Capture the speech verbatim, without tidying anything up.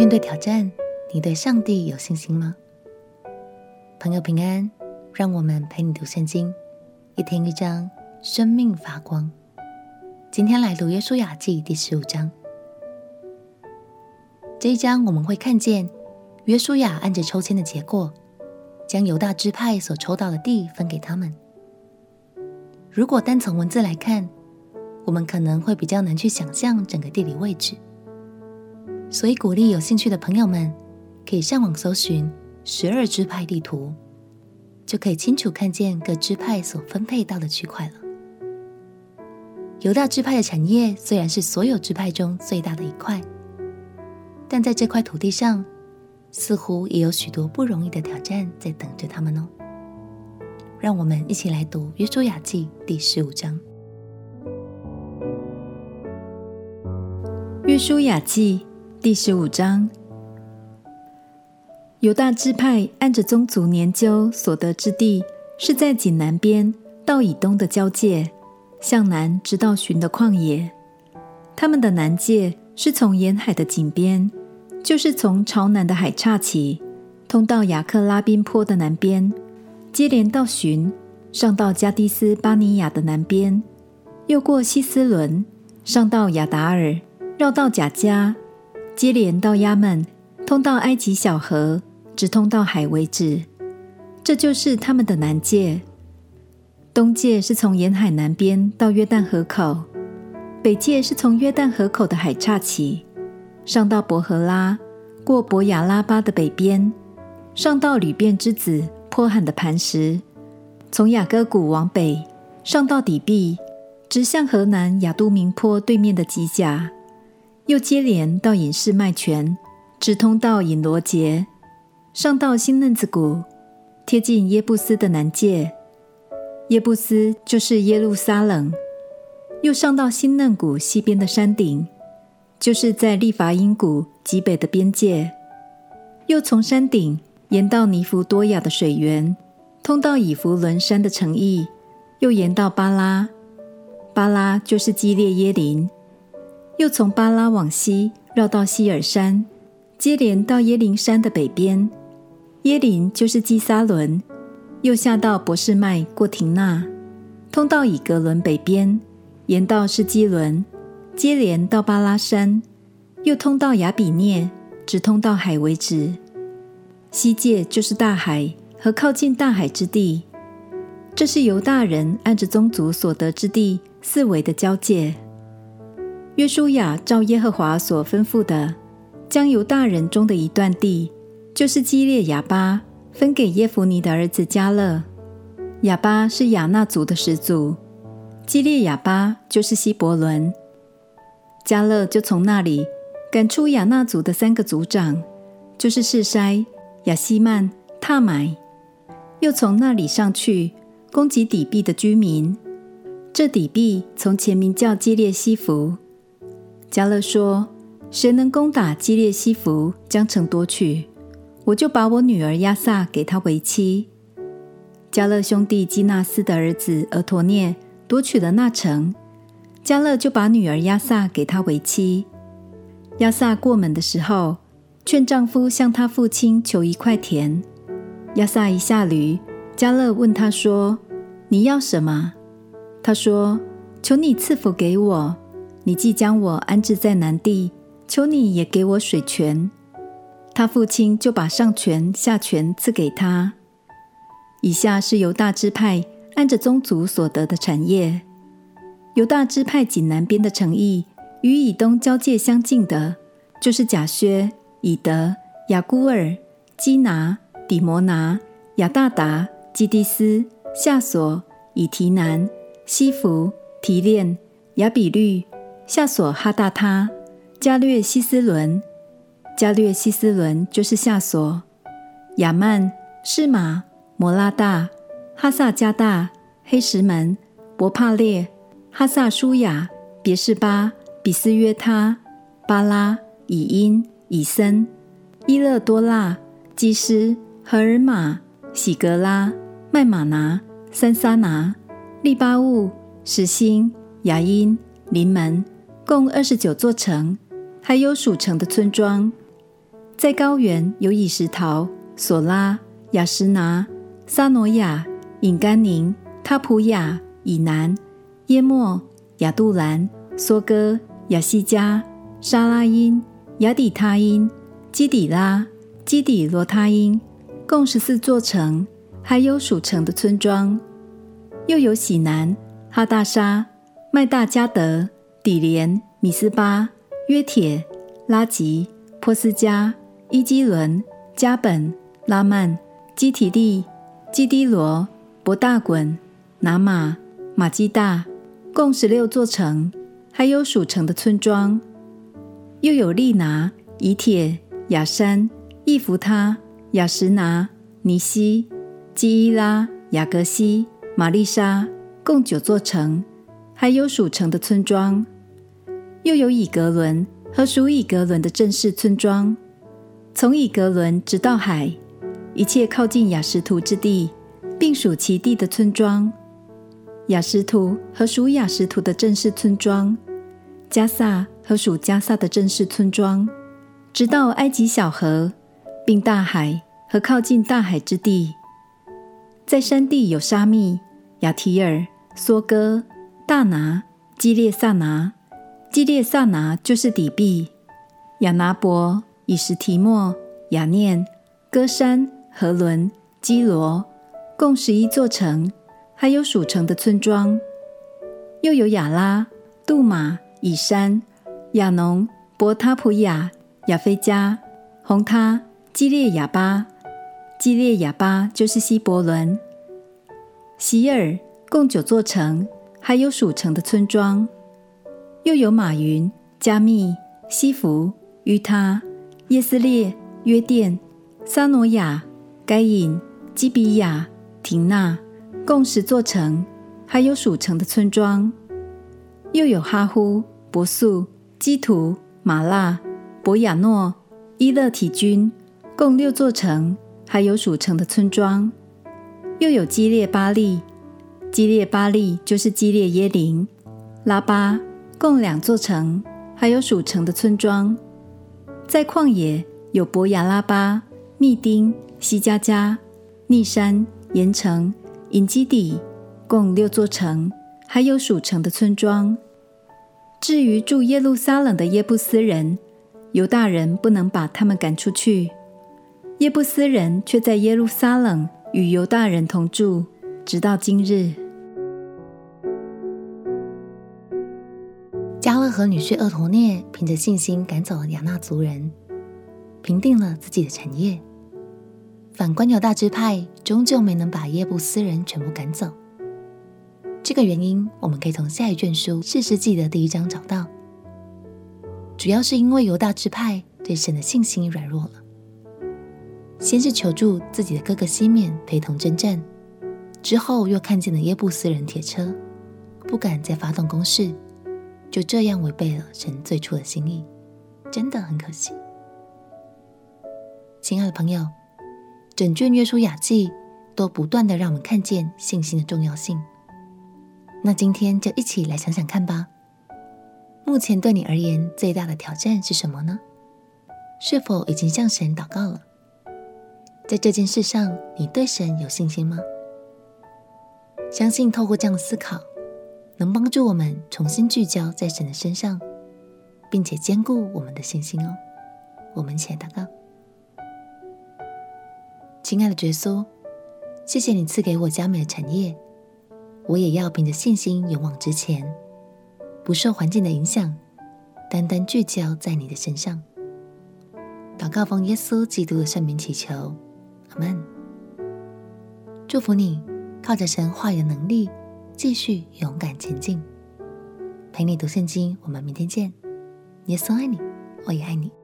面对挑战，你对上帝有信心吗？朋友平安，让我们陪你读圣经，一天一章，生命发光。今天来读约书亚记第十五章。这一章我们会看见约书亚按着抽签的结果，将犹大支派所抽到的地分给他们。如果单从文字来看，我们可能会比较难去想象整个地理位置，所以鼓励有兴趣的朋友们可以上网搜寻十二支派地图，就可以清楚看见各支派所分配到的区块了。犹大支派的产业虽然是所有支派中最大的一块，但在这块土地上似乎也有许多不容易的挑战在等着他们哦。让我们一起来读约书亚记第十五章。 约书亚记第十五章。犹大支派按着宗族年究所得之地，是在井南边到以东的交界，向南直到寻的旷野。他们的南界是从沿海的井边，就是从朝南的海岔起，通到雅克拉宾坡的南边，接连到寻，上到加迪斯巴尼亚的南边，又过希斯伦，上到亚达尔，绕到甲迦，接连到亚门，通到埃及小河，直通到海为止。这就是他们的南界。东界是从沿海南边到约旦河口，北界是从约旦河口的海岔起，上到伯和拉，过伯亚拉巴的北边，上到吕便之子坡罕的磐石，从雅各谷往北，上到底壁，直向河南亚都明坡对面的吉甲，又接连到隐士麦泉，直通到隐罗结，上到新嫩子谷，贴近耶布斯的南界。耶布斯就是耶路撒冷，又上到新嫩谷西边的山顶，就是在利乏音谷极北的边界，又从山顶沿到尼弗多亚的水源，通到以弗伦山的城邑，又沿到巴拉，巴拉就是基列耶林，又从巴拉往西绕到希尔山，接连到耶林山的北边，耶林就是基撒伦，又下到伯示麦过廷纳，通到以格伦北边，沿到士基伦，接连到巴拉山，又通到亚比涅，直通到海为止。西界就是大海和靠近大海之地。这是犹大人按着宗族所得之地四围的交界。约书亚照耶和华所吩咐的，将犹大人中的一段地，就是基列雅巴，分给耶孚尼的儿子迦勒。雅巴是亚衲族的始祖，基列雅巴就是希伯伦。迦勒就从那里赶出亚衲族的三个族长，就是示筛、亚希曼、塔买，又从那里上去攻击底壁的居民。这底壁从前名叫基列西弗。迦勒说，谁能攻打基列西弗，将城夺取，我就把我女儿亚萨给他为妻。迦勒兄弟基纳斯的儿子俄陀涅夺取了那城，迦勒就把女儿亚萨给他为妻。亚萨过门的时候，劝丈夫向他父亲求一块田。亚萨一下驴，迦勒问他说，你要什么？他说，求你赐福给我，你既将我安置在南地，求你也给我水泉。他父亲就把上泉下泉赐给他。以下是犹大支派按着宗族所得的产业。犹大支派井南边的城邑，与以东交界相近的，就是甲薛、以德、雅孤尔、基拿、底摩拿、亚大达、基迪斯、夏索、以提南、西弗、提炼、亚比律、夏索哈大他、加略希斯伦。加略希斯伦就是夏索。亚曼、士马、摩拉大、哈萨加大、黑石门、伯帕列、哈萨舒雅、别是巴、比斯约他、巴拉、以因、以森、伊勒多腊、基斯、荷尔玛、喜格拉、麦玛拿、三撒拿、利巴物、实星、雅因、临门，共二十九座城，还有属城的村庄。 在高原有以实陶、索拉、雅什拿、撒挪亚、隐甘宁、他普雅、以南、耶莫、亚杜兰、梭哥、亚西加、沙拉因、亚底他因、基底拉、基底罗他因，共十四座城，还有属城的村庄。又有喜南、哈大沙、麦大加德、底连、米斯巴、约铁、拉吉、波斯加、伊基伦、加本、拉曼、基提利、基低罗、伯大滚、拿马、马基大，共十六座城，还有属城的村庄。又有利拿、以铁、雅山、易弗他、雅什拿、尼西、基伊拉、雅各西、玛丽莎，共九座城，还有属城的村庄。又有以格伦和属以格伦的镇市村庄，从以格伦直到海，一切靠近雅什图之地，并属其地的村庄。雅什图和属雅什图的镇市村庄，加萨和属加萨的镇市村庄，直到埃及小河，并大海和靠近大海之地。在山地有沙密、亚提尔、梭哥、大拿、基列萨拿。基列萨拿就是底壁，亚拿伯、以实提莫、雅念、歌山、何伦、基罗，共十一座城，还有属城的村庄。又有亚拉、杜马、以山、亚农、伯他普雅、亚菲加、红他、基列亚巴。基列亚巴就是希伯伦、席尔，共九座城，还有属城的村庄。又有马云、加密、西弗、于他、耶斯列、约甸、撒挪亚、该隐、基比亚、廷纳，共十座城，还有属城的村庄。又有哈呼、伯素、基图、马拉、伯亚诺、伊勒提军，共六座城，还有属城的村庄。又有基列巴利，基列巴利就是基列耶林、拉巴，共两座城，还有属城的村庄。在旷野有伯亚拉巴、密丁、西加加、逆山、盐城、隐基底，共六座城，还有属城的村庄。至于住耶路撒冷的耶布斯人，犹大人不能把他们赶出去，耶布斯人却在耶路撒冷与犹大人同住，直到今日。 迦勒和女婿厄陀涅凭着信心赶走了亚纳族人，平定了自己的产业。反观犹大支派终究没能把耶布斯人全部赶走。这个原因我们可以从下一卷书士师记的第一章找到，主要是因为犹大支派对神的信心软弱了。先是求助自己的哥哥西缅陪同征战，之后又看见了耶布斯人铁车，不敢再发动攻势，就这样违背了神最初的心意，真的很可惜。亲爱的朋友，整卷约书亚记都不断的让我们看见信心的重要性。那今天就一起来想想看吧，目前对你而言最大的挑战是什么呢？是否已经向神祷告了？在这件事上，你对神有信心吗？相信透过这样的思考，能帮助我们重新聚焦在神的身上，并且坚固我们的信心哦。我们一起来祷告。亲爱的耶稣，谢谢你赐给我佳美的产业，我也要凭着信心勇往直前，不受环境的影响，单单聚焦在你的身上。祷告奉耶稣基督的圣名祈求，阿们。祝福你靠着神话语的能力继续勇敢前进。陪你读圣经，我们明天见。耶稣爱你，我也爱你。